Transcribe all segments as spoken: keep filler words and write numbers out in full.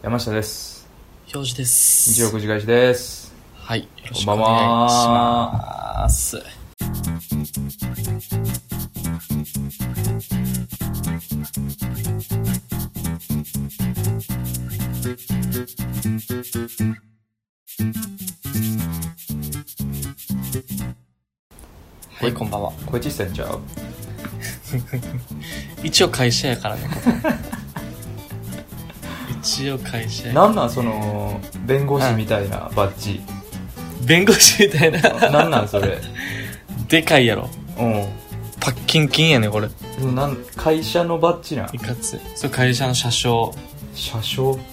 山下です。 表示です。 日曜くじ返しです。 はい、よろしくお願いします。はい、こんばんは。 声小さいんちゃう？ 一応会社やからね。一応会社や。 なんなんその弁護士みたいなバッジ。 弁護士みたいな。 なんなんそれ。でかいやろ。 うん。 パッキンキンやねこれ。 なん会社のバッジなん。 いかつい。それ会社の車掌。 車掌。うん、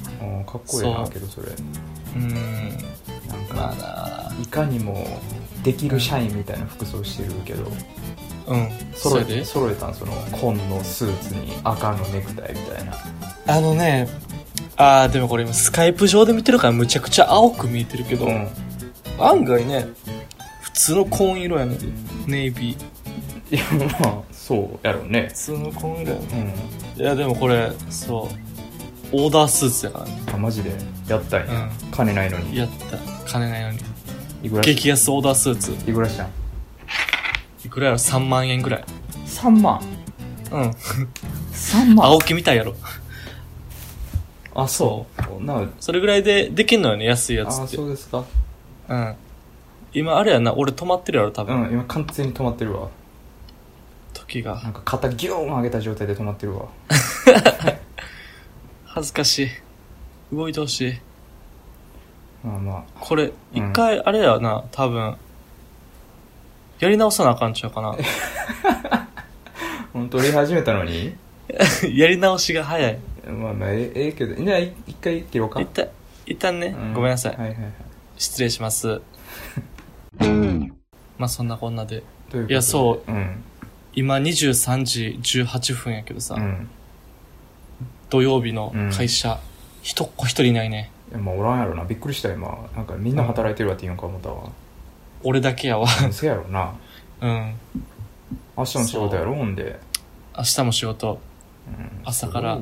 かっこいいなけどそれ。うーん。 なんか、 まあな、 いかにもできる社員みたいな服装してるけど。 うん。 揃えて揃えたんその紺のスーツに赤のネクタイみたいな。 あのね。あーでもこれ今スカイプ上で見てるからむちゃくちゃ青く見えてるけど、うん、案外ね普通の紺色やねネイビー。いやまあそうやろうね。 普通の紺色やね、うん、いやでもこれそうオーダースーツやからね。 あマジでやったんや、うん、金ないのに。 やった金ないのに。 いくら激安オーダースーツいくらしたん？ いくらやろ。さんまんえんぐらい。 さんまん。 うんさんまん。 青木みたいやろ。 あ、そうなそれぐらいでできんのよね、安いやつって。 あ、そうですか。 うん。今あれやな、俺止まってるやろ多分。 うん、今完全に止まってるわ。 時がなんか肩ギューン上げた状態で止まってるわ。 恥ずかしい。動いてほしい。 まあまあこれ一回あれやな、多分やり直さなあかんちゃうかな。 ほんと撮り始めたのにやり直しが早い。 まあまあええけど、じゃあ一回切ろうか。 一旦一旦ね、うん、ごめんなさい、はいはいはい、失礼します。まあそんなこんなで、でいやそう、うん、今にじゅうさんじじゅうはっぷんやけどさ、うん、土曜日の会社、うん、一っ子一人いないね。 いやまあおらんやろな。びっくりした今。なんかみんな働いてるわって言うんか思ったわ、うん、 俺だけやわ。 せやろな。うん明日も仕事やろ。ほんで明日も仕事、 うん、 朝から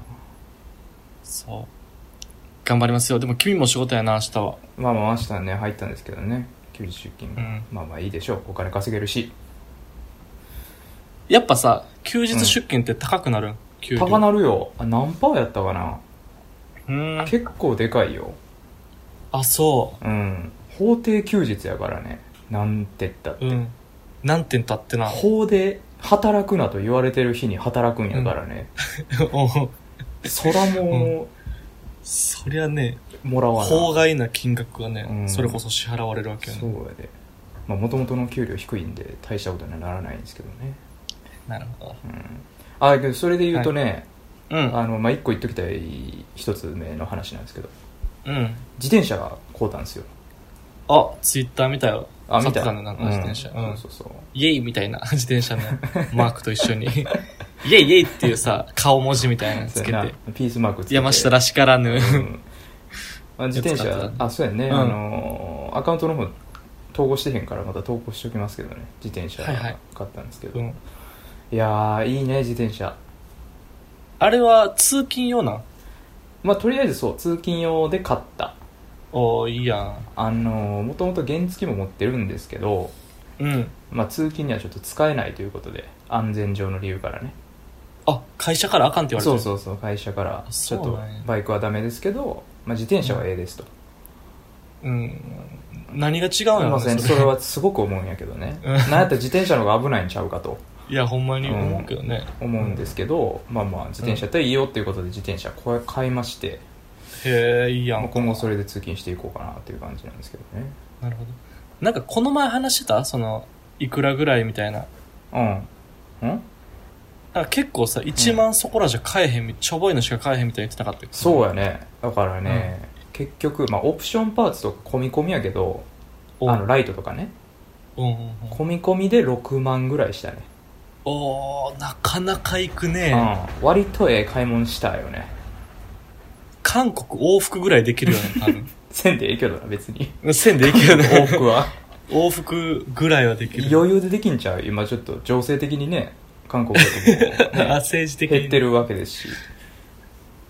そう頑張りますよ。でも君も仕事やな明日は。 まあまあ明日ね入ったんですけどね、休日出勤、うん、まあまあいいでしょう。お金稼げるし。 やっぱさ休日出勤って高くなるん、うん、 給料高なるよ。あ何パーやったかな。うん、結構でかいよ。 あそう。 うん法定休日やからね。なんて言ったって、うん、 なんて言ったってな。 法で働くなと言われてる日に働くんやからね、うん、そらもう、うん、 そりゃねもらわな法外な金額がね、うん、それこそ支払われるわけよね。 そうやで。まあ元々の給料低いんで大したことにはならないんですけどね。 なるほど、 うん、あけどそれで言うとね、はい、うん、あのまあ一個言っときたい一つ目の話なんですけど、うん、自転車が買うたんですよ。 あツイッター見たよ。 あ見たねなんか自転車、うん、 うん、そうそうそうイエイみたいな自転車のマークと一緒にイエイイエイっていうさ顔文字みたいなのつけてピースマークつけて山下らしからぬ、うんまあ、自転車あそうやね、うん、あのアカウントの方統合してへんからまた投稿しておきますけどね。自転車買ったんですけど、はいはい、うん、いやーいいね自転車。 あれは通勤用なん？ まあとりあえずそう通勤用で買った。 おーいいやん。 あのもともと原付も持ってるんですけど、うんまあ、通勤にはちょっと使えないということで安全上の理由からね。 あ会社からあかんって言われてる。 そうそうそう会社からちょっとバイクはダメですけど、まあ、自転車はええですと、 うん、うん、何が違うんやろね。 それそれはすごく思うんやけどねなんやったら自転車の方が危ないんちゃうかといやほんまに思うけどね、 うん、思うんですけど、うん、まあまあ自転車やったらいいよっていうことで自転車これ買いまして、 へえいいやん、まあ、 今後それで通勤していこうかなっていう感じなんですけどね。 なるほど。なんかこの前話してたそのいくらぐらいみたいな。うんうんなんか結構さいちまんそこらじゃ買えへん、うん、ちょぼいのしか買えへんみたいに言ってなかったよ。 そうやね。だからね、うん、結局、まあ、オプションパーツとか込み込みやけどあのライトとかね、うんうんうん、込み込みでろくまんぐらいしたね。 おーなかなかいくね、 うん、割とええ買い物したよね。 韓国往復ぐらいできるよね多分せんでええけどな別にせんでええけどね往復は往復ぐらいはできる。 余裕でできんちゃう。今ちょっと情勢的にね韓国だとも、ね、 政治的に減ってるわけですし。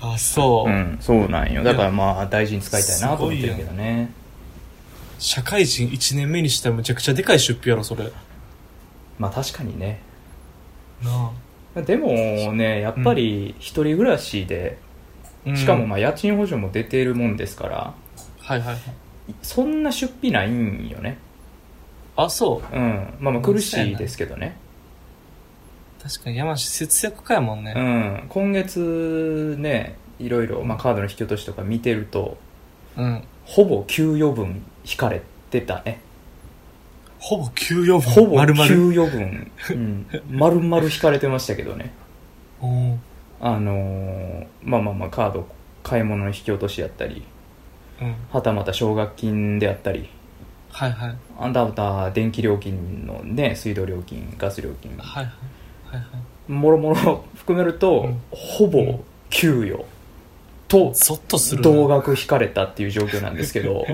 あ、そう。 うん、そうなんよ。だからまあ大事に使いたいなと思ってるけどね。 社会人いちねんめにしたらむちゃくちゃでかい出費やろそれ。 まあ確かにね。 なあ。でもね、やっぱり一人暮らしで、うん、しかもまあ家賃補助も出ているもんですから、 はいはいはい。そんな出費ないんよね。 あ、そう。 うん。まあまあ苦しいですけどね。 確かに山梨節約家やもんね。 うん。今月ね、いろいろ、まあ、カードの引き落としとか見てると、うん、ほぼ給与分引かれてたね。 ほぼ給与分ほぼ給与分、うん、丸々引かれてましたけどね。おあのー、まあまあまあカード買い物の引き落としやったり、うん、はたまた奨学金であったり、 はいはい、 あんたまた電気料金のね、水道料金、ガス料金、はいはいはいはい、もろもろ含めると、うん、ほぼ給与と同額引かれたっていう状況なんですけど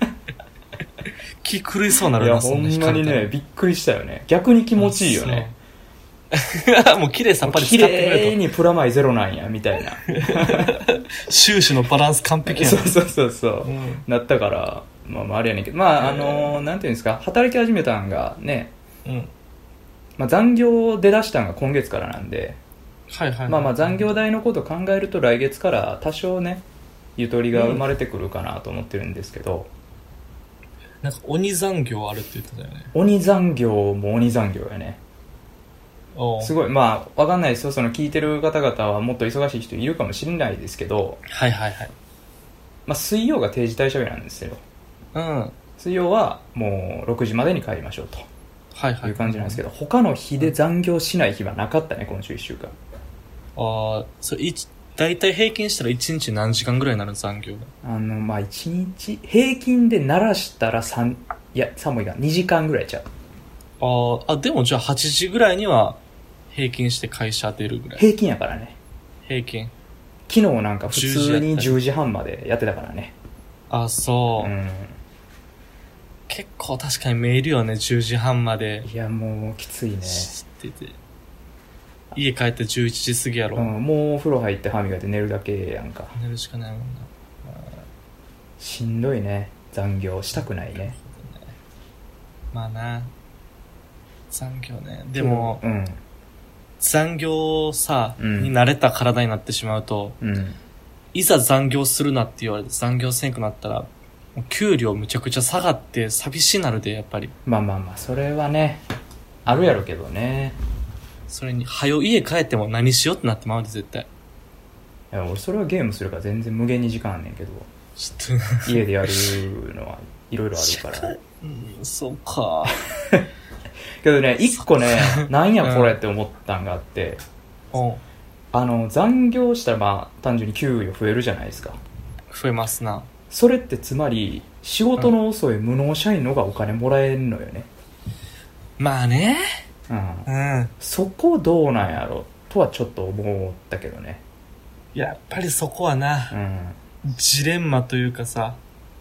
気狂いそうなるな。 いやほんまにねびっくりしたよね。逆に気持ちいいよね。 もう綺麗さっぱり使ってくれと。 綺麗にプラマイゼロなんやみたいな収支のバランス完璧やな。 そうそうそうそう、うん、なったからまあまああれやねんけど、まああのー、なんていうんですか、働き始めたんがね、うんまあ、残業出だしたんが今月からなんで、はいはいはい、まあまあ残業代のことを考えると来月から多少ねゆとりが生まれてくるかなと思ってるんですけど、 うん、なんか鬼残業あるって言ってたよね。 鬼残業も鬼残業やね。すごいまあ分かんないですよ、その聞いてる方々はもっと忙しい人いるかもしれないですけど、はいはいはい、まあ、水曜が定時退社日なんですよ。うん、水曜はもうろくじまでに帰りましょうと、はいはい、いう感じなんですけど、他の日で残業しない日はなかったね今週いっしゅうかん。 ああ、それ大体平均したらいちにち何時間ぐらいになるの残業が。 あのまあいちにち平均で鳴らしたらさんいやさんもいいかにじかんぐらいちゃう。 ああ、でもじゃあはちじぐらいには平均して会社出るぐらい。 平均やからね。 平均。 昨日なんか普通にじゅうじはんまでやってたからね。 あ、そう、うん、結構確かにメールよね、じゅうじはんまで。 いやもうきついね。知ってて家帰ってじゅういちじ過ぎやろ、 うん、もうお風呂入って歯磨いて寝るだけやんか。 寝るしかないもんな。 しんどいね、残業したくないね。 まあな、残業ね。でも、うん、残業さ、うん、に慣れた体になってしまうと、うん、いざ残業するなって言われて残業せんくなったら給料むちゃくちゃ下がって寂しいなるで、やっぱり。 まあまあまあそれはねあるやろけどね。 それにはよ家帰っても何しようってなってまうで絶対。 いや俺それはゲームするから全然無限に時間あんねんけど、ちょっと家でやるのはいろいろあるから。 うん、そうかけどね一個ねなんやこれって思ったんがあって、うん、あの残業したらまあ単純に給与増えるじゃないですか。 増えますな。 それってつまり仕事の遅い無能社員のがお金もらえるのよね。 まあね、 うんうん、そこどうなんやろとはちょっと思ったけどね。 やっぱりそこはな、うん、ジレンマというかさ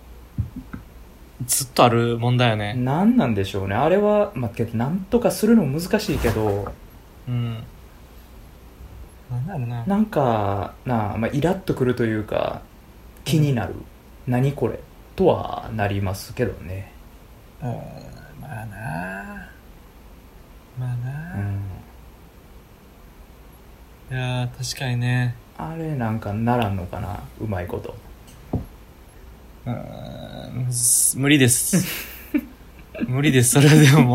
ずっとある問題よね。 なんなんでしょうねあれは、まあ、けどなんとかするの難しいけど、うん、なんだろうな、なんかな、まあ、イラッとくるというか気になる、うん、何これとはなりますけどね。 うん、まあなまあな、うん、いや確かにね。 あれなんかならんのかな、うまいこと。 うーん無理です無理です。それでも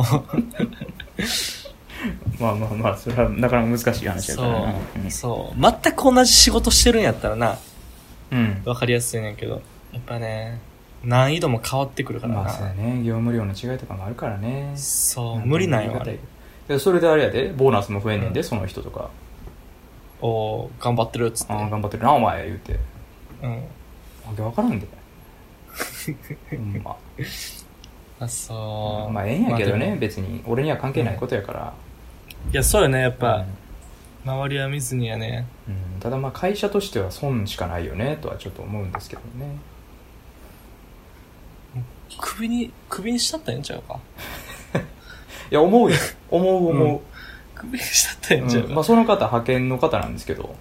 まあまあまあそれはなかなか難しい話だからな。 そう、うん、そう全く同じ仕事してるんやったらな、うん、分かりやすいねんけどやっぱね難易度も変わってくるからな。 まあそうやね、業務量の違いとかもあるからね。 そう無理なんよあれ。 でそれであれやでボーナスも増えんねんで、うん、その人とかお頑張ってるっつって、 あ頑張ってるなお前言うて、うん、わけわからんでほんまあそうまあええんやけどね、まあ、別に俺には関係ないことやから、 うん、いやそうよねやっぱ、うん、周りは見ずにやね、 うん、ただまあ会社としては損しかないよねとはちょっと思うんですけどね。 首に首にしちゃったらええんちゃうかいや思うよ思う思う、うん、 首にしちゃったらええんちゃうか、 うん、まあその方派遣の方なんですけど、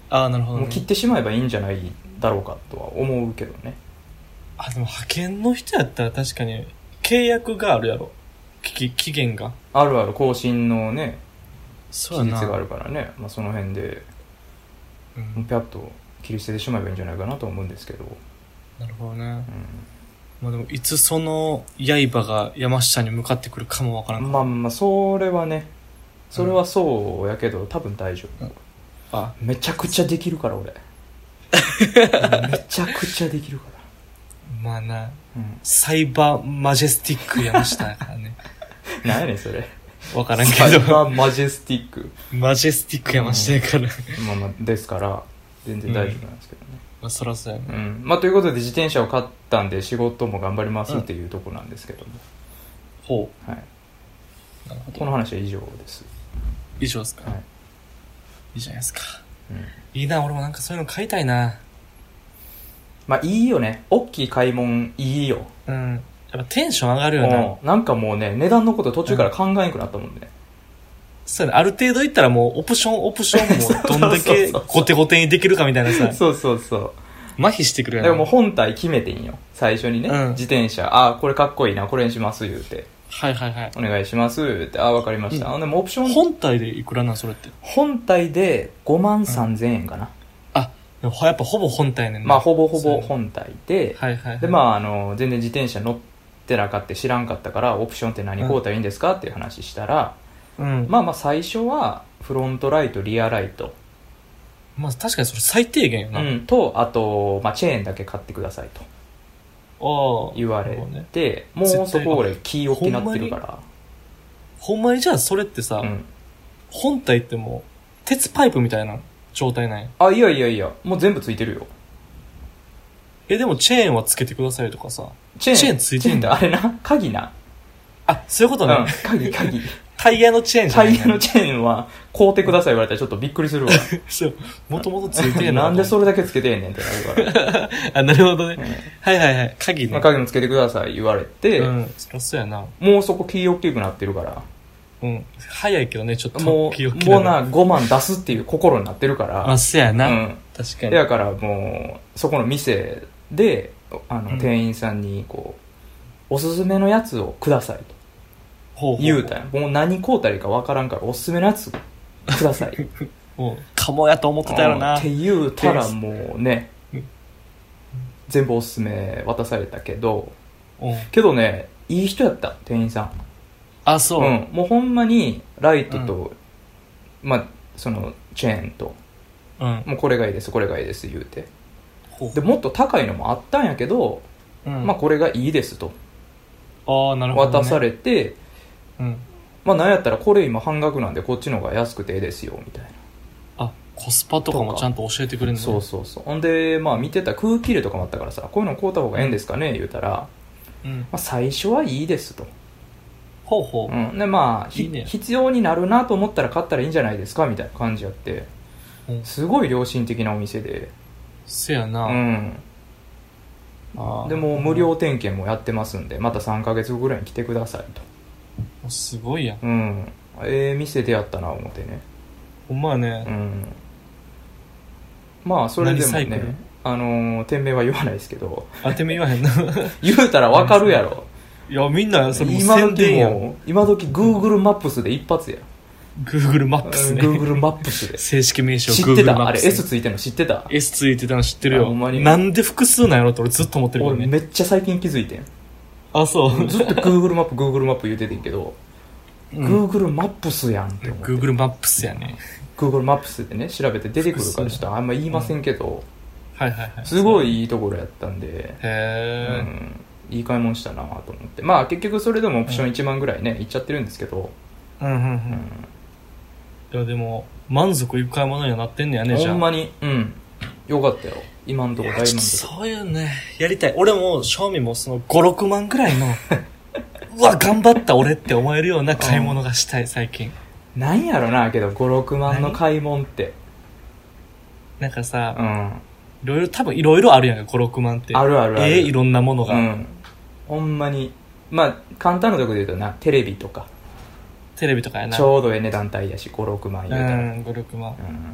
ああなるほど、ね、 もう切ってしまえばいいんじゃないだろうかとは思うけどね。 あでも派遣の人やったら確かに契約があるやろ、期, 期限があるある、更新のね期日があるからね、まあ、その辺で、うん、ピャッと切り捨ててしまえばいいんじゃないかなと思うんですけど。 なるほどね、うん、まあ、でもいつその刃が山下に向かってくるかもわからん。 まあまあそれはね、それはそうやけど、うん、多分大丈夫、うん、あめちゃくちゃできるから俺めちゃくちゃできるからまあな、うん、サイバーマジェスティック山下やからね何やねんそれわからんけど、 サイバーマジェスティックマジェスティック山下やから、 うん、まあまあですから全然大丈夫なんですけどね、うん、 まあそらそうやね、 うん、まあということで自転車を買ったんで仕事も頑張りますっていうところなんですけども、 ほう、 はい、なるほど。この話は以上です。 以上ですか、はい、いいじゃないですか、 うん、 いいな、俺もなんかそういうの買いたいな。 まあいいよね、大きい買い物いいよ。 うん、やっぱテンション上がるよな。 なんかもうね、値段のこと途中から考えなくなったもんね、うん、 そうね、ある程度いったらもうオプションオプションもどんだけゴテゴテにできるかみたいなさそうそうそう麻痺してくるよね。 だからもう本体決めてんよ最初にね、うん、自転車、あこれかっこいいな、これにします言うて、 はいはいはい、 お願いしますって、あ分かりました、うん、でもオプション本体でいくらなんそれって。 本体でごまんさんぜんえんかな、うん、 あでもやっぱほぼ本体ねんな。 まあほぼほぼ本体で、 はいはいはい、 でまああの全然自転車乗ってなかった知らんかったから、オプションって何買うたらいいんですかっていう話したら、うん、まあまあ最初はフロントライトリアライト、 まあ確かにそれ最低限よな、 うん、とあと、まあ、チェーンだけ買ってくださいと言われて、ね、もうそこ俺気大きなってるから。 ほんまにじゃあそれってさ、うん、本体ってもう鉄パイプみたいな状態なんや。 あいやいやいや、もう全部ついてるよ。 えでもチェーンはつけてくださいとかさ、 チェーン、 チェーンついてんだ。 あれな、鍵な。 あそういうことね、 うん、鍵鍵タイヤのチェーンじゃない、 タイヤのチェーンは買うてください言われたらちょっとびっくりするわそうもともとついてんのなんでそれだけつけてんねんってなるからあなるほどね、うん、はいはいはい鍵ね、 まあ、鍵もつけてください言われて、 うんそうやな、 もうそこ気大きくなってるから、 うん早いけどねちょっともうもうなごまん出すっていう心になってるからあそうやな、 うん、 確かに。 だからもうそこの店であの、うん、店員さんにこうおすすめのやつをくださいと言うたんや。もう何買うたらいいか分からんからおすすめのやつくださいかもやと思ってたやろなって言うたらもうね、うん、全部おすすめ渡されたけど、うん、けどねいい人やった店員さん。 あそう、 うん、もうほんまにライトと、うん、まあそのチェーンと、うん、もうこれがいいですこれがいいです言うて、でもっと高いのもあったんやけど、うん、まあこれがいいですとあなるほど、ね、 渡されて、うん、まあなんやったらこれ今半額なんでこっちの方が安くてええですよみたいな。 あコスパとかもちゃんと教えてくれるんだ、ね、 そうそうそう。ほんでまあ見てた空気入れとかもあったからさ、こういうの買うた方がええんですかね、うん、言うたら、うんまあ、最初はいいですと。 ほうほう、 うん、でまあいい、ね、必要になるなと思ったら買ったらいいんじゃないですかみたいな感じやって、うん、すごい良心的なお店で。 せやな、 うんあでも無料点検もやってますんでまたさんかげつごぐらいに来てくださいと。すごいやん。 うんええー、店でやったな思ってね。 ほんまやね。 うんまあそれでもねあのー、店名は言わないですけど。 あ店名言わへんな言うたら分かるやろ。 いやみんなそれも宣伝やん。今時 Google マップスで一発や。 Google マップスね。 Google マップスで。 正式名称 Google マップス。知ってたあれ S ついてるの知ってた ?S ついてたの知ってるよ。なんで複数なんやろって俺ずっと思ってるからね。 俺めっちゃ最近気づいてん。 あ、そう。 ずっと Google マップ Google マップ言うててんけど、うん、Google マップスやんって思って。 Google マップスやね。 Google マップスでね調べて出てくるからちょっとあんま言いませんけど、 うん、はいはいはい。 すごいいいところやったんで。 へー。 うんいい買い物したなと思って。まあ結局それでもオプションいちまんぐらいね、うん、いっちゃってるんですけど。 うんうんうん。うんいやでも満足いく買い物にはなってんねやね。じゃあほんまにうんよかったよ今んとこ大満足。 そういうねやりたい。俺も正味もそのごろくまんぐらいのうわ頑張った俺って思えるような買い物がしたい最近。 なんやろなけどごろくまんの買い物ってなんかさ、 うん、 いろいろ多分いろいろあるやんかごろくまんって。 あるあるある。 ええー、いろんなものが、うん、 ほんまにまあ簡単なところで言うとなテレビとかテレビとかやなちょうどええ値段帯やしごろくまん言うたら、 うんごろくまん、うん、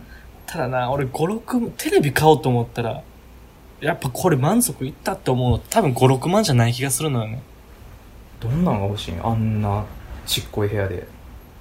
ただな、俺ご、ろく、テレビ買おうと思ったら、やっぱこれ満足いったって思うの多分ご、ろくまんじゃない気がするのよね。 どんなんが欲しいん？あんなちっこい部屋で。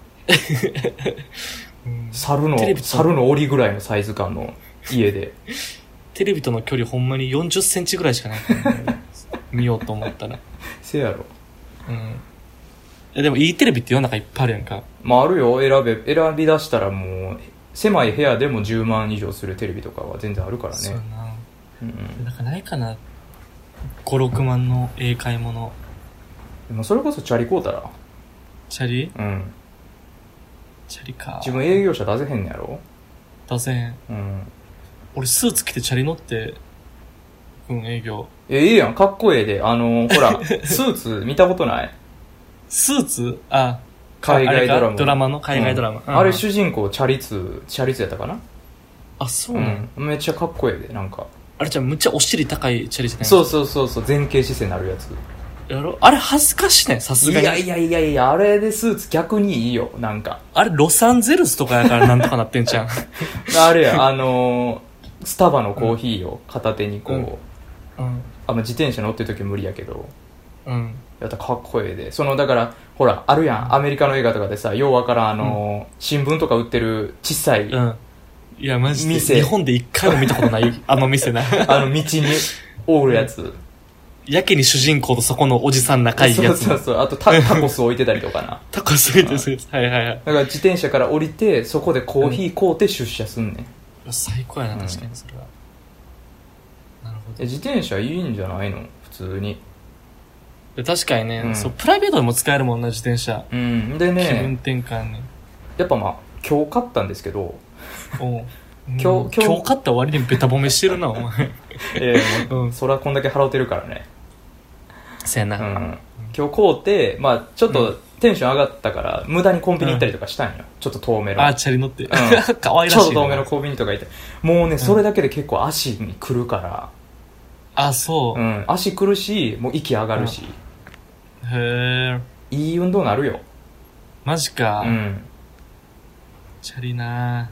うん、猿の、猿の檻ぐらいのサイズ感の家で。 テレビとの距離ほんまによんじゅっセンチぐらいしかないから、ね、見ようと思ったら。 せやろ。 うん。でもいいテレビって世の中いっぱいあるやんか。 まああるよ。選べ、選び出したらもう、狭い部屋でもじゅうまん以上するテレビとかは全然あるからね。そうやな。うんうん。 なんかないかな。ご、ろくまんのええ買い物。 でもそれこそチャリ買うたら。 チャリ？ うん。 チャリか。 自分営業者出せへんのやろ？ 出せへん。 うん。 俺スーツ着てチャリ乗って、うん、営業。 え、いいやん。かっこええで。あのー、ほら、スーツ見たことない？ スーツ？あ、 海外ドラマ。 ドラマの海外ドラマ。 うん、あれ主人公、チャリツ、チャリツやったかな？ あ、そうなの、 うん、めっちゃかっこええで、なんか。 あれじゃむっちゃお尻高いチャリじゃない？ そうそうそうそう、前傾姿勢になるやつ。 やろ？あれ恥ずかしいね、さすがに。 いやいやいやいや、あれでスーツ逆にいいよ、なんか。 あれロサンゼルスとかやからなんとかなってんじゃん。 あれや、あのー、スタバのコーヒーを片手にこう、うんうん、あ、まあ、自転車乗ってる時無理やけど、 うん。 やったらかっこええで。その、だから、ほら、あるやん、アメリカの映画とかでさ、ようわからん、あのーうん、新聞とか売ってる小さい、うん、 いや、マジで。日本で一回も見たことない、あの店な。 あの道におるやつ。うんやけに主人公とそこのおじさん仲いいやつ。 そうそうそう。あとタ、タコス置いてたりとかな。 タコス置いてる。はいはいはい。 だから自転車から降りて、そこでコーヒー買うて出社すんねん。 うん、最高やな、確かにそれは。なるほど。 自転車いいんじゃないの？普通に。 確かにね、うん、そう、プライベートでも使えるもんな、自転車。 うん。でね、 気分転換ね。 やっぱまあ、今日買ったんですけど、 おう今日、今日買った割にベタ褒めしてるな、お前。 ええー、もう、うん、そらこんだけ払うてるからね。 せやな、 うん、今日買うて、まあちょっとテンション上がったから、うん、無駄にコンビニ行ったりとかしたんよ、うん、ちょっと遠めの。 あ、チャリ乗って、うん、かわいらしい。 ちょっと遠めのコンビニとか行って、もうね、それだけで結構足に来るから。 あ、そう。 うん、足来るし、もう息上がるし。 うん、へえ。いい運動なるよ。 マジか。 うん。 チャリな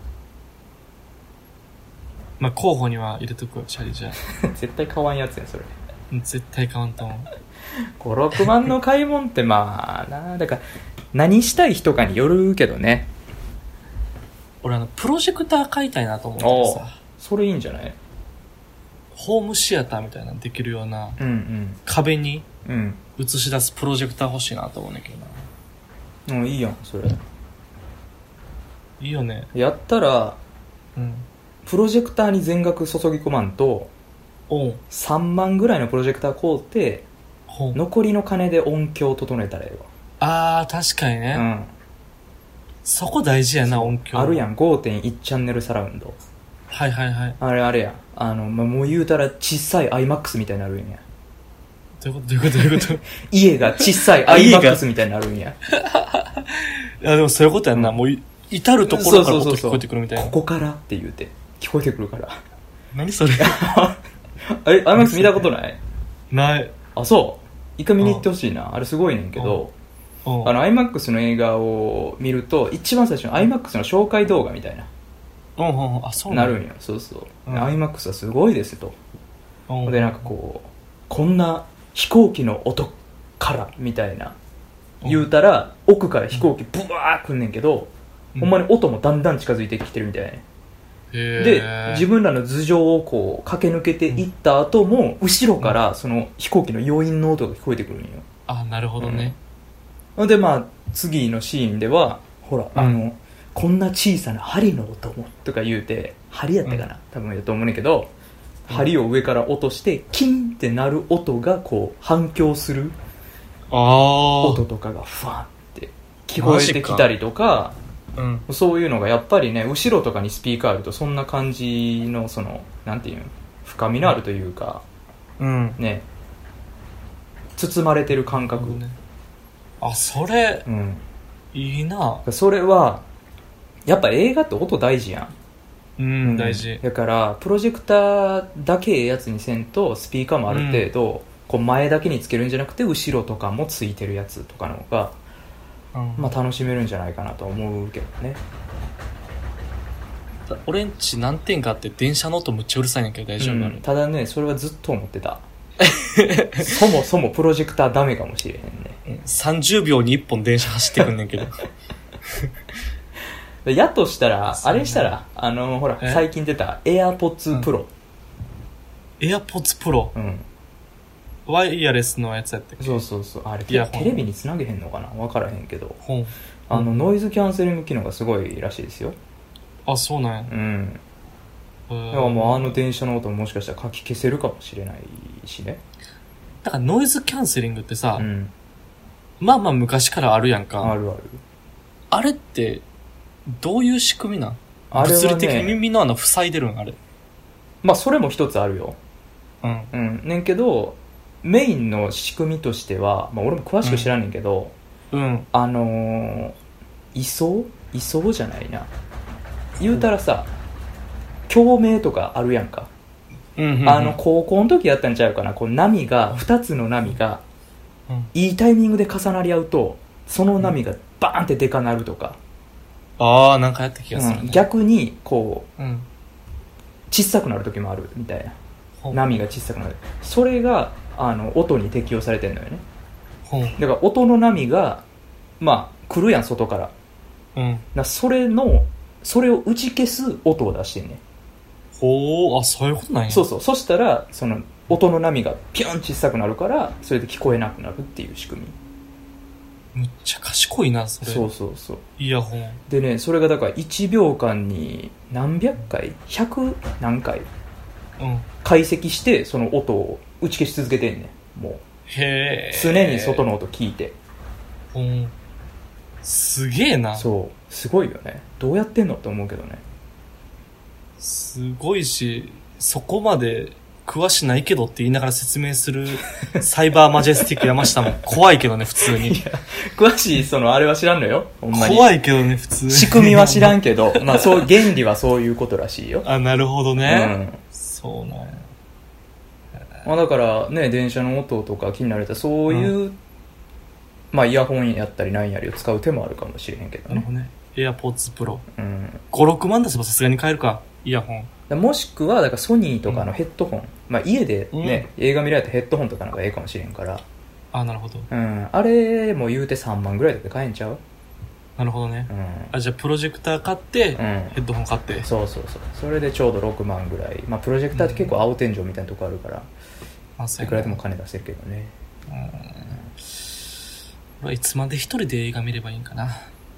まあ候補には入れとくわ、チャリじゃ。 絶対買わんやつやん、それ。 絶対買わんと思う。 ご、ろくまんの買い物ってまあな、だから何したい人かによるけどね。 俺あのプロジェクター買いたいなと思ってさ。 それいいんじゃない？ ホームシアターみたいなのできるような、 うんうん、 壁に映し出すプロジェクター欲しいなと思うんだけどな。うん、いいやんそれ。 いいよね。 やったら、 うん、 プロジェクターに全額注ぎ込まんと、 おさんまんぐらいのプロジェクター買うて、残りの金で音響を整えたらええわ。あー確かにね、うん、そこ大事やな、音響。 あるやん ごてんいち チャンネルサラウンド。 はいはいはい。 あれあれやあの、まあ、もう言うたら小さい アイマックス みたいになるんや。 どういうことどういうことどういうこと家が小さい アイマックス みたいになるんや。 いやでもそういうことやんな、うん、もう至るところから音聞こえてくるみたいな。 ここからって言うて聞こえてくるから。 何それ。 あれ アイマックス 見たことない？ ない。 あ、そう一回見に行ってほしいな。あれすごいねんけど、あの アイマックス の映画を見ると一番最初の アイマックス の紹介動画みたいな、 うんうんうん、あ、そうなるんよ。そうそう、うん、アイマックス はすごいですと、うん、でなんかこうこんな飛行機の音からみたいな言うたら、うん、奥から飛行機ブワー来んねんけど、うん、ほんまに音もだんだん近づいてきてるみたいなね。で自分らの頭上をこう駆け抜けていった後も、うん、後ろからその飛行機の余韻の音が聞こえてくるんよ。 あ、なるほどね。 うん、でまあ次のシーンではほら、うん、あのこんな小さな針の音もとか言うて、針やったかな、うん、多分やと思うねんけど、うん、針を上から落としてキンってなる音がこう反響する音とかがファンって聞こえてきたりとか、うん、そういうのがやっぱりね、後ろとかにスピーカーあるとそんな感じのそのなんていうの、深みのあるというか、うん、ね、包まれてる感覚、ね、 あ、それ、うん、いいな。 それはやっぱ映画って音大事やん。 うん、うん、大事。 だからプロジェクターだけええやつにせんと、スピーカーもある程度、うん、こう前だけにつけるんじゃなくて後ろとかもついてるやつとかの方が、うん、まあ楽しめるんじゃないかなと思うけどね。 俺んち何点かあって電車の音むっちゃうるさいねんけど大丈夫なの、うん、 ただねそれはずっと思ってたそもそもプロジェクターダメかもしれへんね。 さんじゅうびょうにいっぽん電車走ってくんねんけどやとしたらあれしたらあのほら最近出た AirPods Pro、 うん、AirPods Pro、うん、ワイヤレスのやつやったっけ。 そうそうそうあれテレビにつなげへんのかな分からへんけど、うん、あのノイズキャンセリング機能がすごいらしいですよ。 あそうなんや。 うんだからもうあの電車の音ももしかしたら書き消せるかもしれないしね。 だからノイズキャンセリングってさ、うん、まあまあ昔からあるやんか。 あるある。 あれってどういう仕組みなん？あれはね、物理的に耳の穴塞いでるんあれ。 まあそれも一つあるよ。うんうんねんけどメインの仕組みとしては、まあ、俺も詳しく知らんねんけど、うんうん、あのー、位相位相じゃないな言うたらさ共鳴とかあるやんか、うんうんうん、あの高校の時やったんちゃうかな。こう波がふたつの波がいいタイミングで重なり合うとその波がバーンってデカなるとか、 ああなんかやった気がする、ねうん、逆にこう、うん、小さくなる時もあるみたいな。波が小さくなるそれがあの音に適用されてるのよね。だから音の波がまあ来るやん外から、うん、だそれのそれを打ち消す音を出してんねん。 ほーあそういうことなんや。 そうそうそしたらその音の波がピュン小さくなるからそれで聞こえなくなるっていう仕組み。 むっちゃ賢いなそれ。 そうそうそうイヤホンでねそれがだからいちびょうかんに何百回ひゃく何回、うん、解析してその音を打ち消し続けてんねん。もうへ常に外の音聞いて、 うん、すげえな。 そうすごいよね。どうやってんのって思うけどね。 すごいしそこまで詳しないけどって言いながら説明するサイバーマジェスティック山下も怖いけどね普通に。いや詳しいそのあれは知らんのよほんまに。 怖いけどね普通に。 仕組みは知らんけどまあそう原理はそういうことらしいよ。 あなるほどね、うん、そうなんや。 まあ、だからね電車の音とか気になるとそういう、うん、まあイヤホンやったりなんやりを使う手もあるかもしれへんけどね。 なるほどね。AirPods Pro、うん、ごろくまん出せばさすがに買えるかイヤホン。 もしくはだからソニーとかのヘッドホン、うんまあ、家でね、うん、映画見られたヘッドホンとかなんかええかもしれんから。 あなるほど、 うん、あれも言うてさんまんぐらいで買えんちゃう。 なるほどね、うん、あじゃあプロジェクター買って、うん、ヘッドホン買って。 そうそうそうそれでちょうどろくまんぐらい。まあプロジェクターって結構青天井みたいなとこあるから、うん、いくらでも金出せるけどね。うん、 俺はいつまで一人で映画見ればいいんかな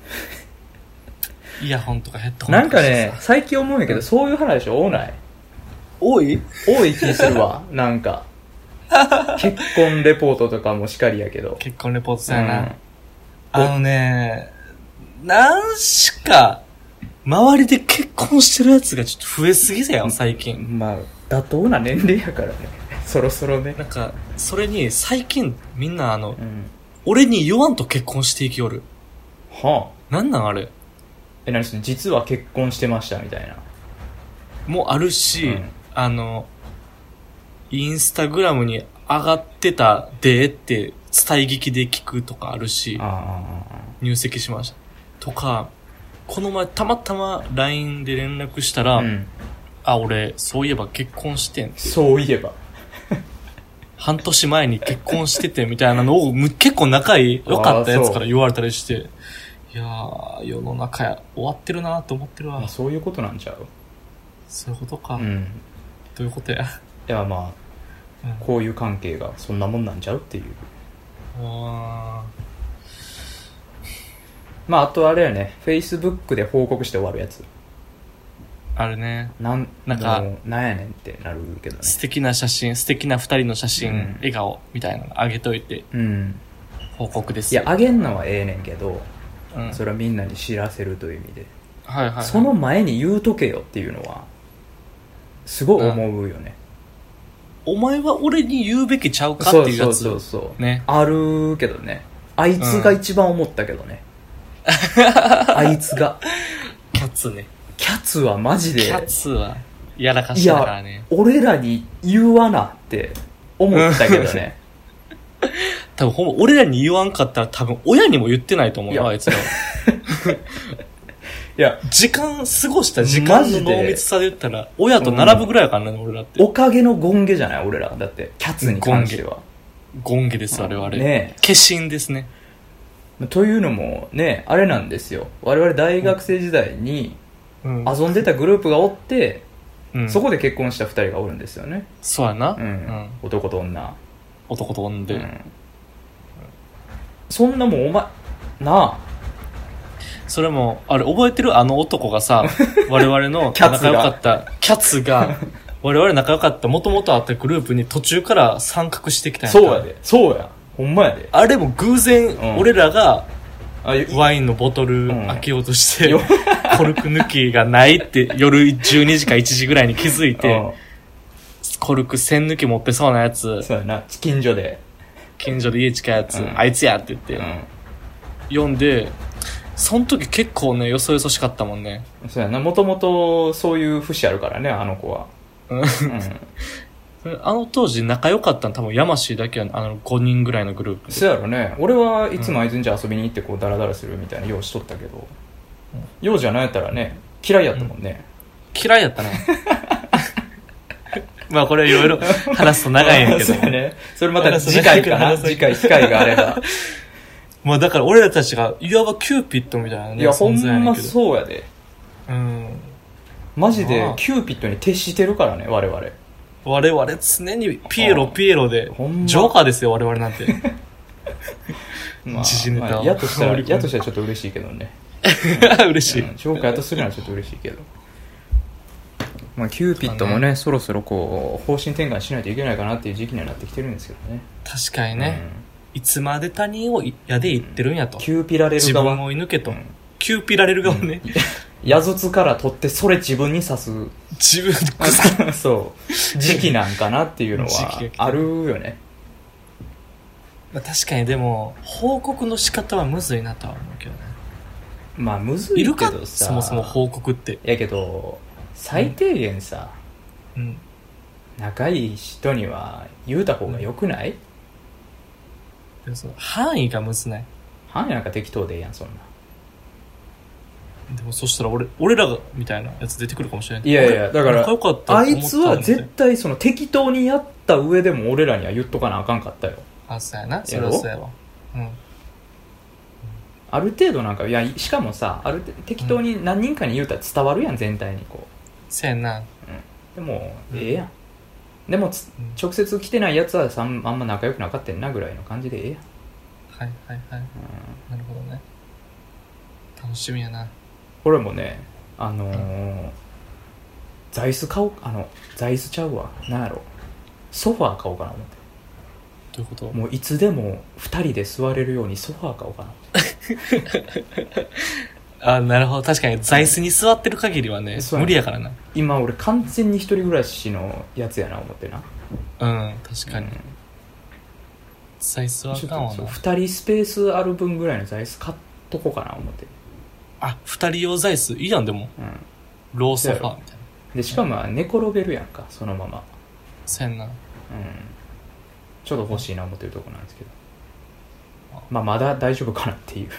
イヤホンとかヘッドホンなんかね最近思うんやけど、うん、そういう話多ない多い多い気するわなんか結婚レポートとかもしかりやけど。 結婚レポートそうやな、うん、あのね何しか周りで結婚してるやつがちょっと増えすぎだよ最近。 まあ妥当な年齢やからねそろそろね。 なんかそれに最近みんなあの、うん、俺に言わんと結婚していきよる。はあなんなんあれ。 え何それ実は結婚してましたみたいなもあるし、うん、あのインスタグラムに上がってたでって伝え聞きで聞くとかあるし、あ入籍しましたとか。この前たまたま ライン で連絡したら、うん、あ俺そういえば結婚してんって。 そういえば半年前に結婚しててみたいなのを結構仲良かったやつから言われたりして、いやー世の中や終わってるなと思ってるわ、まあ、 そういうことなんちゃう。 そういうことか、うん、どういうことや。 いやまあ、うん、こういう関係がそんなもんなんちゃうっていう。あまああとあれやね Facebook で報告して終わるやつあるね。 なんなんかなんやねんってなるけどね。 素敵な写真素敵な二人の写真、うん、笑顔みたいなのあげといて、うん、報告ですよ。 いやあげんのはええねんけど、うん、それはみんなに知らせるという意味で、はいはいはい、その前に言うとけよっていうのはすごい思うよね、 うん、お前は俺に言うべきちゃうかっていうやつ。そうそうそうそう、 ね、あるけどね。あいつが一番思ったけどね、うん、あいつがキャッツね。 キャッツはマジでキャッツはやらかしたからね。いや俺らに言わなって思ったけどね多分ほんま俺らに言わんかったら多分親にも言ってないと思うよあいつら。 いや、時間過ごした時間の濃密さで言ったら、親と並ぶぐらいやからね、うん、俺らって。 おかげのゴンゲじゃない俺ら。だって、キャッツに関しては。 ゴンゲです、あれはあれ。ね化身ですね。 というのも、ね、あれなんですよ。我々大学生時代に、遊んでたグループがおって、うん、そこで結婚した二人がおるんですよね。 そうやな。うん。うん、 男と女。 男と女で、うん。 そんなもんお前、なあ。 それもあれ覚えてるあの男がさ我々の仲良かったキャツが我々仲良かったもともとあったグループに途中から参画してきたんや。 そうやでそうやほんまやで。 あれも偶然俺らがワインのボトル開けようとして、うん、コルク抜きがないって夜じゅうにじかいちじぐらいに気づいて、うん、コルク栓抜き持ってそうなやつそうやな近所で近所で家近いやつ、うん、あいつやって言って、うん、読んでその時結構ねよそよそしかったもんね。 そうやなもともとそういう節あるからねあの子は、うんうん、あの当時仲良かったの多分ヤマシーだけはあのごにんぐらいのグループ。 そうやろね。俺はいつもあいつんち遊びに行ってこうダラダラするみたいな用意しとったけど、うん、用じゃないやったらね嫌いやったもんね、 うん、嫌いやったねまあこれいろいろ話すと長いんやけどそうねそれまた次回かな次回機会があればまあだから俺らたちがいわばキューピッドみたいなね。 いやほんまそうやで。 うんマジでキューピッドに徹してるからね我々。 我々常にピエロピエロでジョーカーですよ我々なんてまあ、時事ネタを、まあ、やとしたらやとしたらちょっと嬉しいけどね嬉しい、 うん、ジョーカーやとするのはちょっと嬉しいけどまあキューピッドもね、ねそろそろこう方針転換しないといけないかなっていう時期にはなってきてるんですけどね。 確かにね、うんいつまで他人をやで言ってるんやと。 キューピられる側。 自分を射抜けと。うん、キューピられる側ね。 矢筒から取ってそれ自分に刺す。 自分くさそう。時期なんかなっていうのはあるよね。 まあ、確かにでも、報告の仕方はむずいなとは思うけどね。 まあむずいけどさ。いるかそもそも報告って。 やけど、最低限さ、うん、仲いい人には言うた方が良くない？うんでもその範囲がむずない。 範囲なんか適当でええやんそんな。 でもそしたら俺俺らがみたいなやつ出てくるかもしれない。 いやいやだからあいつは絶対その適当にやった上でも俺らには言っとかなあかんかったよ。 あそうやなそれはそうやわ。うんある程度なんかいやしかもさある適当に何人かに言うたら伝わるやん全体にこう。 そうやな。 うんでもええやん。でも、うん、直接来てないやつはさあんま仲良くなかったんなぐらいの感じでええやん。 はいはいはい、うん、なるほどね。楽しみやな。 俺もねあのーうん、座椅子買おうあの座椅子ちゃうわなんやろソファー買おうかな思って。 どういうこと？ もういつでもふたりで座れるようにソファー買おうかなあなるほど確かに座椅子に座ってる限りはね、うん、無理やからな。 今俺完全に一人暮らしのやつやな思ってな。 うん確かに、うん、座椅子はあかんわな。 ふたりスペースある分ぐらいの座椅子買っとこうかな思って。 あふたり用座椅子いいやんでも、うん、ローソファーみたいなでしかも寝転べるやんかそのまま。 そうやんな。うんちょっと欲しいな思ってるとこなんですけど、まあまだ大丈夫かなっていう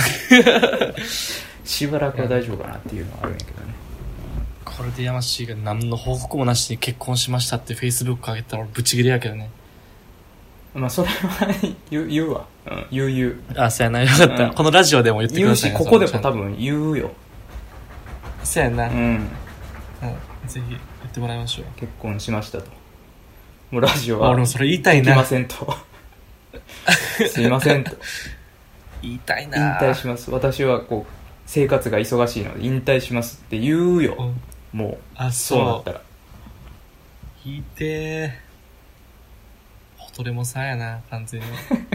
しばらくは大丈夫かなっていうのはあるんやけどね。 これで山氏が何の報告もなしに結婚しましたってフェイスブック上げたら俺ブチギレやけどね。 まあそれは言う、言うわ、うん、言う言うあそうやなよかった、うん、このラジオでも言ってください。 言うしここでも多分言うよ。 そうやな、 うん、うん、 ぜひ言ってもらいましょう。 結婚しましたと。もうラジオは俺もそれ言いたいな。 できませんとすいませんと言いたいな。 引退します。私はこう生活が忙しいので引退しますって言うよ、うん、もうあそうそうなったら聞いてーほとれもさんやな完全に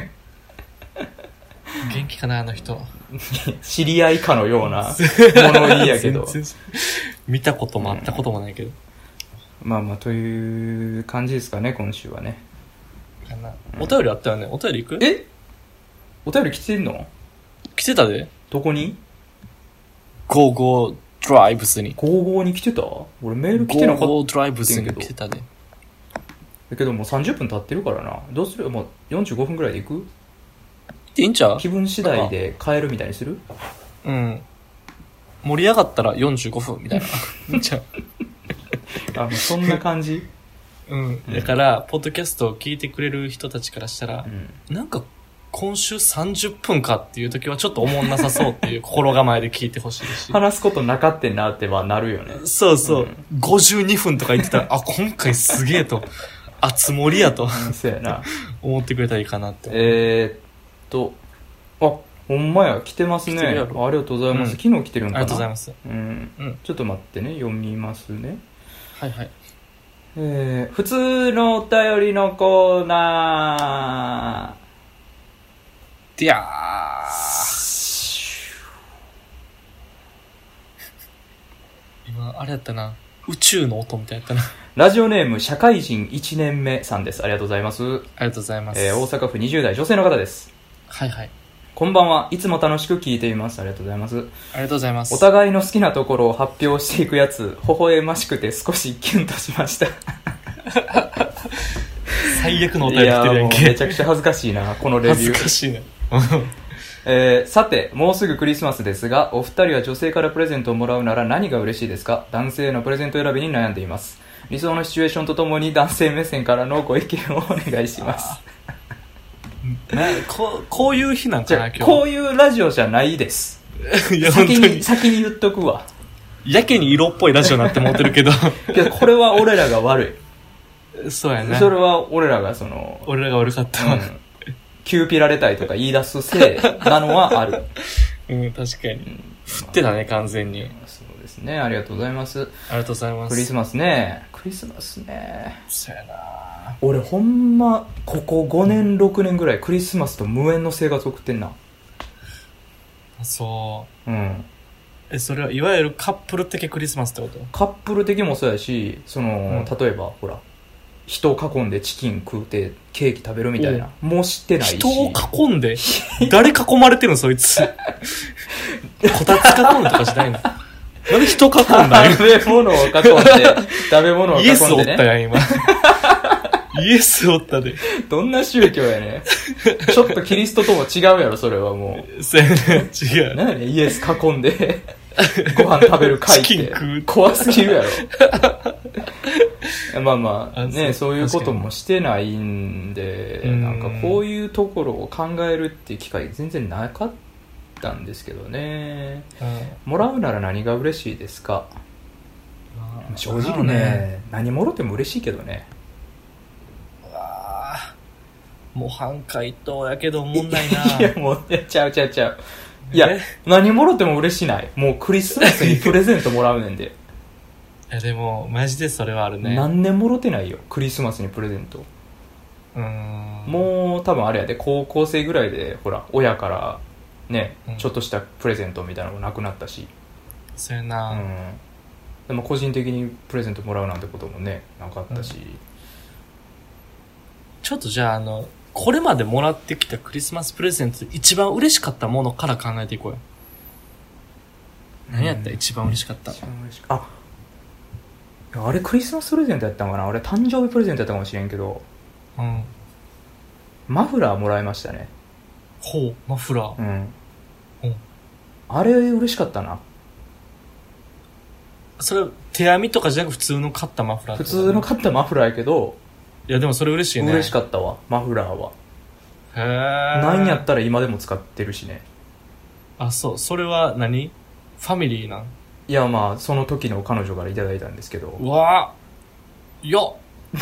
元気かなあの人知り合いかのような物言いやけど見たこともあったこともないけど、 うん、まあまあという感じですかね今週はね。 かな、うん、お便りあったよね。お便り行く？ えお便り来てんの？ 来てたで。 どこに？ ゴーゴードライブスに。 ゴーゴーに来てた？俺メール来てなかった。 ゴーゴードライブスに来てたで。 だけどもうさんじゅっぷん経ってるからな。どうする？もうよんじゅうごふんぐらいで行く？ いいんちゃう？ 気分次第で帰るみたいにする？ うん。 盛り上がったらよんじゅうごふんみたいな。じゃあ、もうそんな感じうん。だから、ポッドキャストを聞いてくれる人たちからしたら、うん、なんか、今週さんじゅっぷんかっていう時はちょっと思んなさそうっていう心構えで聞いてほしいし。 話すことなかってんなってはなるよね。 そうそう。うん、ごじゅうにふんとか言ってたら、あ、今回すげえと、あつ森やと、 そうやな。 思ってくれたらいいかなって。 えー、っと、あ、ほんまや、来てますね。ありがとうございます。うん、昨日来てるんかな。 ありがとうございます。 うん。うん、ちょっと待ってね、読みますね。 はいはい。 えー、普通のお便りのコーナー。 いやー今あれやったな、宇宙の音みたいやったな。 ラジオネーム社会人いちねんめさんです。ありがとうございます。ありがとうございます。 えー、大阪府にじゅう代女性の方です。 はいはい。 こんばんは。いつも楽しく聞いています。ありがとうございます。ありがとうございます。 お互いの好きなところを発表していくやつ、微笑ましくて少しキュンとしました。 最悪のお便り来てるやんけ。 いや、もうめちゃくちゃ恥ずかしいな、このレビュー。 恥ずかしいね。 えー、さて、もうすぐクリスマスですが、お二人は女性からプレゼントをもらうなら何が嬉しいですか？男性へのプレゼント選びに悩んでいます。理想のシチュエーションとともに男性目線からのご意見をお願いします。 なこ, こういう日なんかな今日。 こういうラジオじゃないです。いや先に先に言っとくわ。 やけに色っぽいラジオになって思ってるけど。 けどこれは俺らが悪い。そうやね。 それは俺らがその俺らが悪かったわ。うん、 キューピられたいとか言い出すせいなのはある。 うん確かに。うん、振ってたね完全に。 そうですね。ありがとうございます。 ありがとうございます。 クリスマスね。クリスマスね。 そうやな。 俺ほんまここごねんろくねんぐらいクリスマスと無縁の生活送ってんな。 そう。うん。 えそれはいわゆるカップル的クリスマスってこと？ カップル的もそうやし、その、うん、例えばほら人を囲んでチキン食うてケーキ食べるみたいなもう知ってないし。 人を囲んで誰囲まれてるのそいつ。こたつ囲むとかしないの？なんで人囲んだよ。 食べ物を囲んで食べ物を囲んでね。 イエスおったやん今。イエスおったで。 どんな宗教やね。ちょっとキリストとも違うやろそれはもう。 そうやね違う。 何やねイエス囲んでご飯食べる会って怖すぎるやろ。まあまあね、そういうこともしてないんで、なんかこういうところを考えるっていう機会全然なかったんですけどね。もらうなら何が嬉しいですか？正直ね、何もろても嬉しいけどね。 模範解答やけど問題な。 いやもうちゃうちゃうちゃう。いや何もろても嬉しない。もうクリスマスにプレゼントもらうねんで。 いやでもマジでそれはあるね。 何年もろてないよクリスマスにプレゼント。 うーんもう多分あれやで高校生ぐらいでほら親からね、うん、ちょっとしたプレゼントみたいなのもなくなったし。 そうやな。 うんでも個人的にプレゼントもらうなんてこともねなかったし、うん、 ちょっとじゃああのこれまでもらってきたクリスマスプレゼントで一番嬉しかったものから考えていこうよ。何やった、うん、一番嬉しかった。 一番嬉しかった。ああれクリスマスプレゼントやったのかな。あれ誕生日プレゼントやったかもしれんけど、 うん、 マフラーもらいましたね。 ほうマフラー。 うん、うん、あれ嬉しかったな。 それ手編みとかじゃなく普通の買ったマフラー、 ね、普通の買ったマフラーやけど、 いやでもそれ嬉しいね。 嬉しかったわマフラーは。 へえ。 なんやったら今でも使ってるしね。 あそう。それは何ファミリーなん？ いやまあその時の彼女からいただいたんですけど。 うわよっ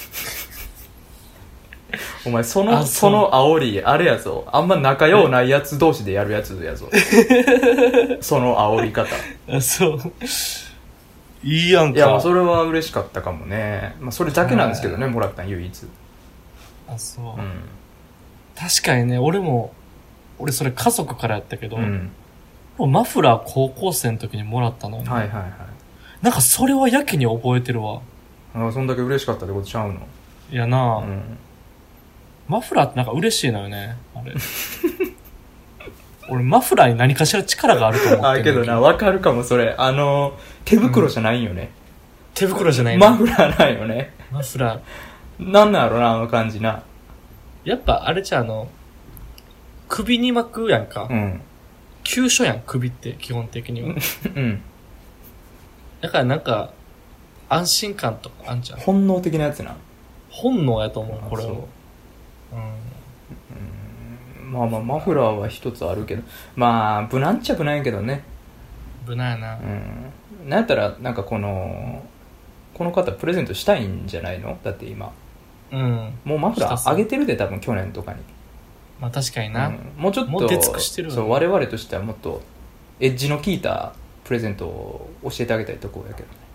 お前そのその煽りあれやぞ。あんま仲良うないやつ同士でやるやつやぞ。その煽り方。 あそういいやんか。 いやもうそれは嬉しかったかもね。まあそれだけなんですけどね、もらったん唯一。 あそう、 うん、 確かにね。俺も俺それ家族からやったけど、 うん、 マフラー高校生の時にもらったのよ、ね、 はいはいはい。 なんかそれはやけに覚えてるわ。 あそんだけ嬉しかったってことちゃうの。 いやなあ、 うん、 マフラーってなんか嬉しいのよねあれ。俺マフラーに何かしら力があると思ってる。 あけどな分かるかもそれ。あの手袋じゃないよね、うん、 手袋じゃないのマフラーないよね。 マフラーなんなんやろなあの感じな。 やっぱあれじゃあの首に巻くやんか、 うん、 急所やん、首って基本的には。うん。だからなんか、安心感とかあんじゃん。 本能的なやつな。 本能やと思う、これは。うん。 うん。まあまあ、マフラーは一つあるけど、まあ、無難っちゃ無難やけどね。 無難やな。 うん。なんやったら、なんかこの、この方プレゼントしたいんじゃないの？だって今。うん。もうマフラーあげてるで、多分去年とかに。 まあ確かにな。うん、 もうちょっと、 もう出尽くしてるわね。 そう、我々としてはもっと、エッジの効いたプレゼントを教えてあげたいところやけどね。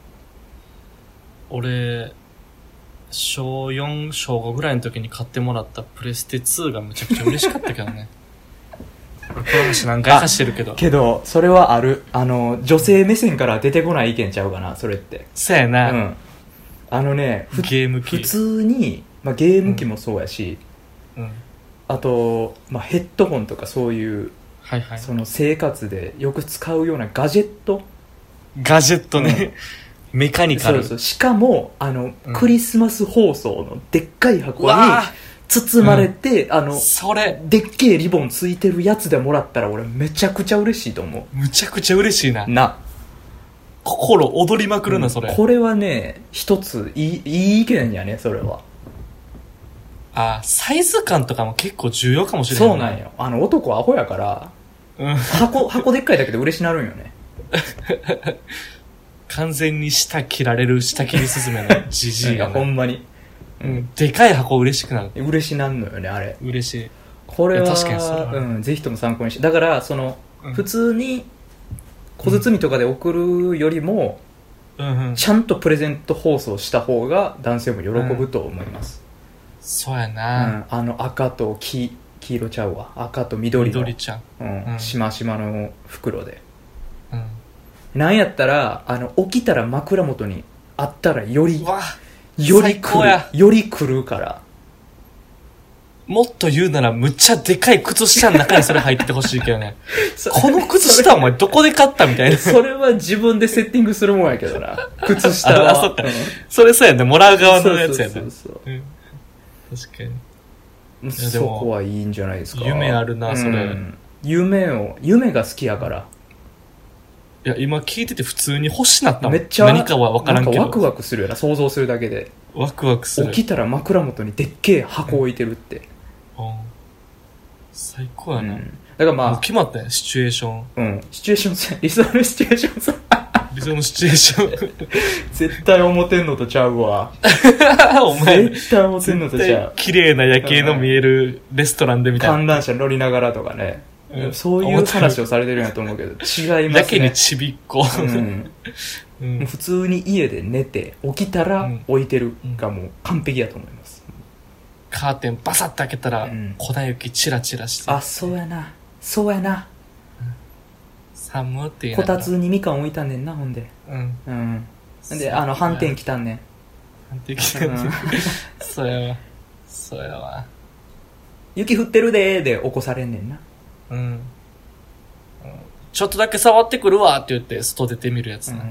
俺、しょうよん、しょうごぐらいの時に買ってもらったプレステツーがめちゃくちゃ嬉しかったけどね。この話何回かしてるけど。 けど、それはある。あの、女性目線から出てこない意見ちゃうかな、それって。 そうやな。うん。 あのね、 ゲーム機。 普通に、まあ、ゲーム機もそうやし、うん。うん、あと、まあ、ヘッドホンとかそういう、はいはい。その生活でよく使うようなガジェット。 ガジェットね。うん、メカニカル。 そうそう。しかも、あの、うん、クリスマス放送のでっかい箱に、包まれて、うん、あのそれでっけえリボンついてるやつでもらったら俺めちゃくちゃ嬉しいと思う。 むちゃくちゃ嬉しいな。 な心踊りまくるな、うん、それ。 これはね一ついいいい意見やね、それは。 あ、サイズ感とかも結構重要かもしれない、 ね、そうなんよ。あの男アホやから、うん、箱箱でっかいだけで嬉しなるんよね。 完全に舌切られる舌切りスズメのジジイがほんまに。 うん、でかい箱嬉しくなる。 嬉しなんのよね、あれ。 嬉しい。 これは確かにそう、うん、ぜひとも参考にして。だからその、うん、普通に小包とかで送るよりも、うんうん、ちゃんとプレゼント包装した方が男性も喜ぶと思います。 うん、そうやな、うん。 あの赤と 黄, 黄色ちゃうわ。赤と緑の緑ちゃう、うんうん、しましまの袋で。うん、なんやったらあの起きたら枕元にあったらより。わより来る。より来るから。 もっと言うならむっちゃでかい靴下の中にそれ入っててほしいけどね。この靴下お前どこで買ったみたいな。 それは自分でセッティングするもんやけどな。靴下は。あ、そっか。 それそうやね。もらう側のやつやね。そうそうそう、うん、確かに。 そこはいいんじゃないですか。 夢あるな、それ、うん。 夢を、夢が好きやから。 いや、今聞いてて普通に欲しなったもん。めっちゃ何かは分からんけど。 なんかワクワクするよな、想像するだけで。 ワクワクする。 起きたら枕元にでっけえ箱置いてるって。うん、 最高やな、うん。 だからまあ。 もう決まったよ、シチュエーション。 うん。シチュエーション、理想のシチュエーションさ。 理想のシチュエーション。 絶対思ってんのとちゃうわ。お前。絶対思ってんのとちゃう。 綺麗な夜景の見えるレストランでみたいな。 観覧車乗りながらとかね。うん、そういう話をされてるんやと思うけど違いますね。 やけにちびっこ、 うんうん、普通に家で寝て起きたら置いてるがもう完璧やと思います、うん、 カーテンバサッと開けたら、うん、粉雪チラチラして、 あ、そうやなそうやな、 うん、寒っていうこたつにみかん置いたんねんな、ほんでうんうんであの反転来たんねん反転来たんねん、うん、そうやわそうやわ雪降ってるでーで起こされんねんな。うん、うん、 ちょっとだけ触ってくるわって言って外出てみるやつな、うん、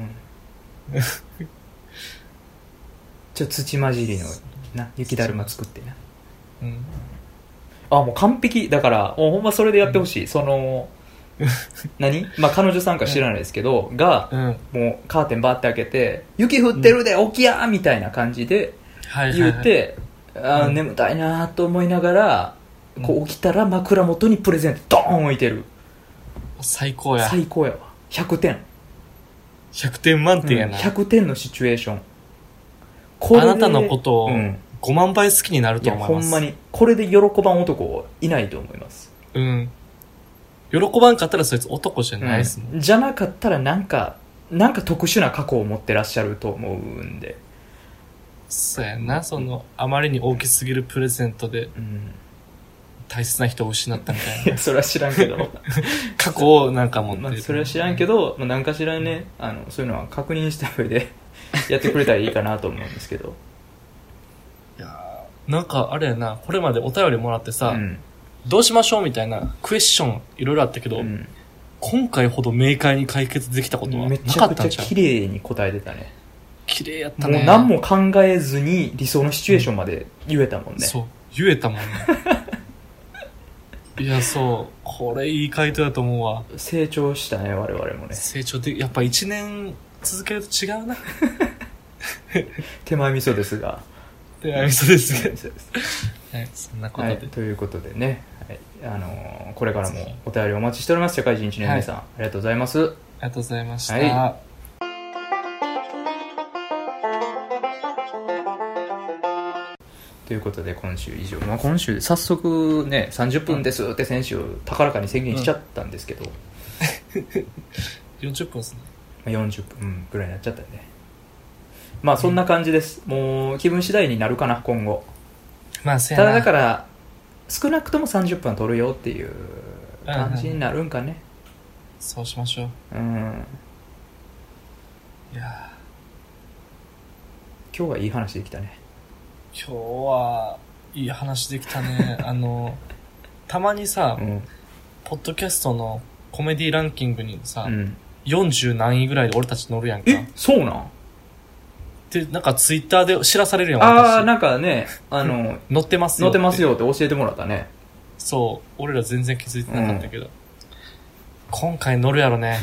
ちょっと土混じりのな雪だるま作ってな、うん、あ、もう完璧だからもうほんまそれでやってほしい、うん、その何まあ彼女さんか知らないですけど、うん、が、うん、もうカーテンバーって開けて雪降ってるで、うん、起きやーみたいな感じで言って、はいはいはい、あ、うん、眠たいなと思いながらこう起きたら枕元にプレゼントドーン置いてる。 最高や。 最高やわ。ひゃくてん。 ひゃくてん満点やな、うん、 ひゃくてんのシチュエーション。 これあなたのことをごまん倍好きになると思います。いや、 ほんまにこれで喜ばん男いないと思います。 うん。喜ばんかったらそいつ男じゃないですもん、 うん、じゃなかったらなんかなんか特殊な過去を持ってらっしゃると思うんで。 そうやな、そのあまりに大きすぎるプレゼントで、うん、大切な人を失ったみたいな。 いや、それは知らんけど。 過去をなんか持ってる。 まあ、それは知らんけど、まあ、何かしらね、あの、そういうのは確認した上でやってくれたらいいかなと思うんですけど。 いやなんかあれやな、これまでお便りもらってさ、うん、どうしましょうみたいなクエスチョンいろいろあったけど、うん、今回ほど明快に解決できたことはなかったんちゃう？めちゃくちゃ綺麗に答えてたね。 綺麗やったね。 もう何も考えずに理想のシチュエーションまで言えたもんね。うん、 そう、言えたもんね。 いや、そうこれいい回答だと思うわ。 成長したね我々もね。 成長でやっぱいちねん続けると違うな。 手前味噌ですが手前味噌ですがはい、そんなことで、はい、 ということでね、はい、あのー、これからもお便りお待ちしております。社会人いちねんめさん、はい、ありがとうございます。 ありがとうございました、 はい。ということで今週以上、まあ、今週早速ねさんじゅっぷんですって先週高らかに宣言しちゃったんですけど、 うん、よんじゅっぷんですね。 よんじゅっぷんぐらいになっちゃったよね。まあそんな感じです、うん、もう気分次第になるかな今後。 まあ、 ただだから少なくともさんじゅっぷんは取るよっていう感じになるんかね、うんうん、 そうしましょう。 うんいや今日はいい話できたね。 今日はいい話できたね。あのたまにさ、うん、ポッドキャストのコメディランキングにさ、うん、よんじゅう何位ぐらいで俺たち乗るやんか。 えそうなんでなんかツイッターで知らされるやん。 ああなんかねあの乗ってますよ乗ってますよって教えてもらったね。 そう俺ら全然気づいてなかったけど、うん、今回乗るやろね。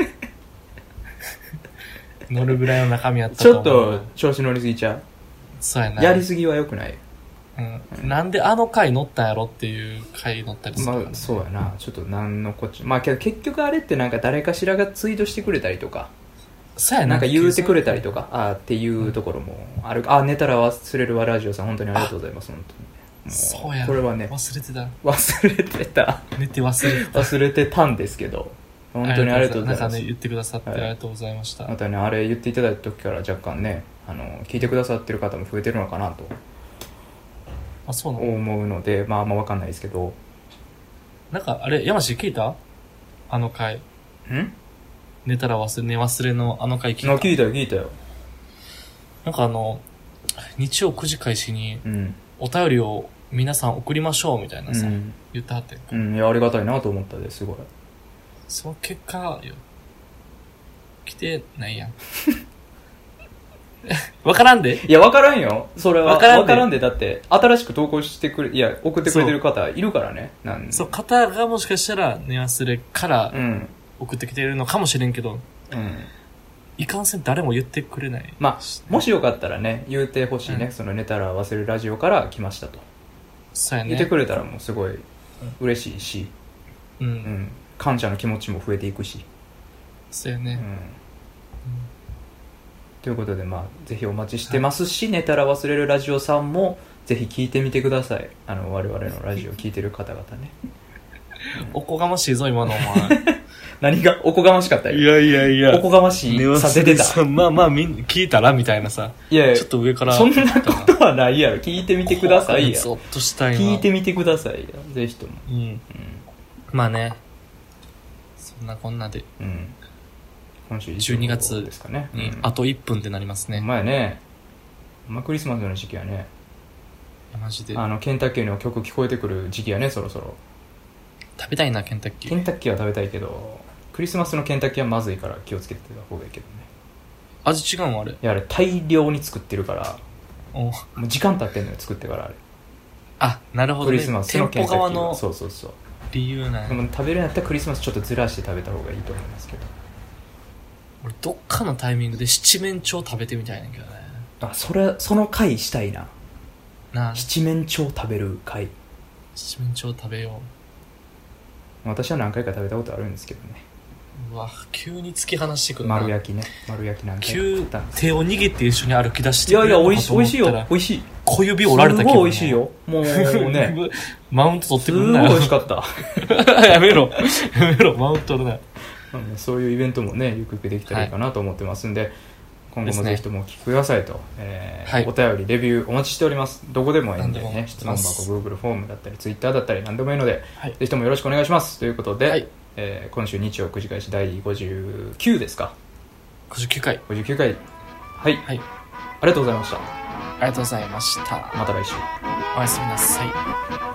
乗るぐらいの中身やったと思う。 ちょっと調子乗りすぎちゃう。 そうやな。 やりすぎは良くない。 うん。なんであの回乗ったんやろっていう回乗ったりするから、ね。 まあそうやな。ちょっとなんのこっち。まあけど結局あれってなんか誰かしらがツイートしてくれたりとか。 そうやな。 なんか言うてくれたりとか、あっていうところもある。うん、あ寝たら忘れるわラジオさん本当にありがとうございます。本当に。 そうや。 これはね忘れてた。 忘れてた。 寝て忘れてた。 忘れてたんですけど。本当にありがとうございます。 なんかね言ってくださってありがとうございました。 はい、またねあれ言っていただいた時から若干ねあの聞いてくださってる方も増えてるのかなとあそうなの思うのでまああんま分かんないですけど。 なんかあれ山氏聞いたあの回。 ん寝たら忘れ寝忘れのあの回聞いた。 聞いたよ聞いたよ。 なんかあの日曜くじ開始にお便りを皆さん送りましょうみたいなさ、うん、言ってはってんか。 うんいやありがたいなと思ったですごい。 その結果よ来てないやん。わからんで。 いやわからんよそれは。 わからんで。 わからんでだって新しく投稿してくれいや送ってくれてる方いるからね。 なんそう方がもしかしたら寝忘れから送ってきてるのかもしれんけど、うん、いかんせん誰も言ってくれない。 まあもしよかったらね言うてほしいね、うん、その寝たら忘れるラジオから来ましたとそうやね言ってくれたらもうすごい嬉しいし、うん、うん、感謝の気持ちも増えていくし。 そうやね、うんうん、 ということでまあぜひお待ちしてますし、はい、寝たら忘れるラジオさんもぜひ聞いてみてください。あの我々のラジオ聞いてる方々ね。 おこがましいぞ今のお前。 何がおこがましかったよ。 いやいやいやおこがましいさ出てた。 まあまあみんな聞いたらみたいなさ。 いやいやちょっと上からそんなことはないやろ。聞いてみてくださいや。 ゾッとしたいな。 聞いてみてくださいやぜひとも、 うんうん、まあねそんなこんなで、うん、 今週じゅうにがつですかねにあといっぷんってなりますね。 前ねまあクリスマスの時期はねマジであのケンタッキーの曲聞こえてくる時期やねそろそろ。 食べたいなケンタッキー。 ケンタッキーは食べたいけどクリスマスのケンタッキーはまずいから気をつけてた方がいいけどね。 味違うのあれ。いやあれ大量に作ってるからおもう時間経ってんのよ作ってからあれ。 あなるほど、ね、 クリスマスのケンタッキー店舗側のそうそうそう理由なんや。 でも食べるんやったらクリスマスちょっとずらして食べた方がいいと思いますけど。 俺どっかのタイミングで七面鳥食べてみたいねんけどね。 あそれその回したいな。 なあ七面鳥食べる回。 七面鳥食べよう。私は何回か食べたことあるんですけどね。 うわ急に突き放してくるな。 丸焼きね丸焼きなんか急手を握って一緒に歩き出してくれるのかと思ったら。いやいやおいしいよおいしい。 小指折られたけどすごいおいしいよもうねマウント取ってくるなよ。 すごいおいしかったやめろやめろマウント取るな。 そういうイベントもねゆくゆくできたらいいかなと思ってますんで、はい、今後もぜひともお聞きくださいと、えーはい、お便りレビューお待ちしております。どこでもいいんでね質問箱 Google フォームだったり Twitter だったり何でもいいので、はい、ぜひともよろしくお願いしますということで、はいえー、今週日曜くじ開始だいごじゅうきゅうですかごじゅうきゅうかいごじゅうきゅうかいはい、はい、ありがとうございました。 ありがとうございました。 また来週おやすみなさい。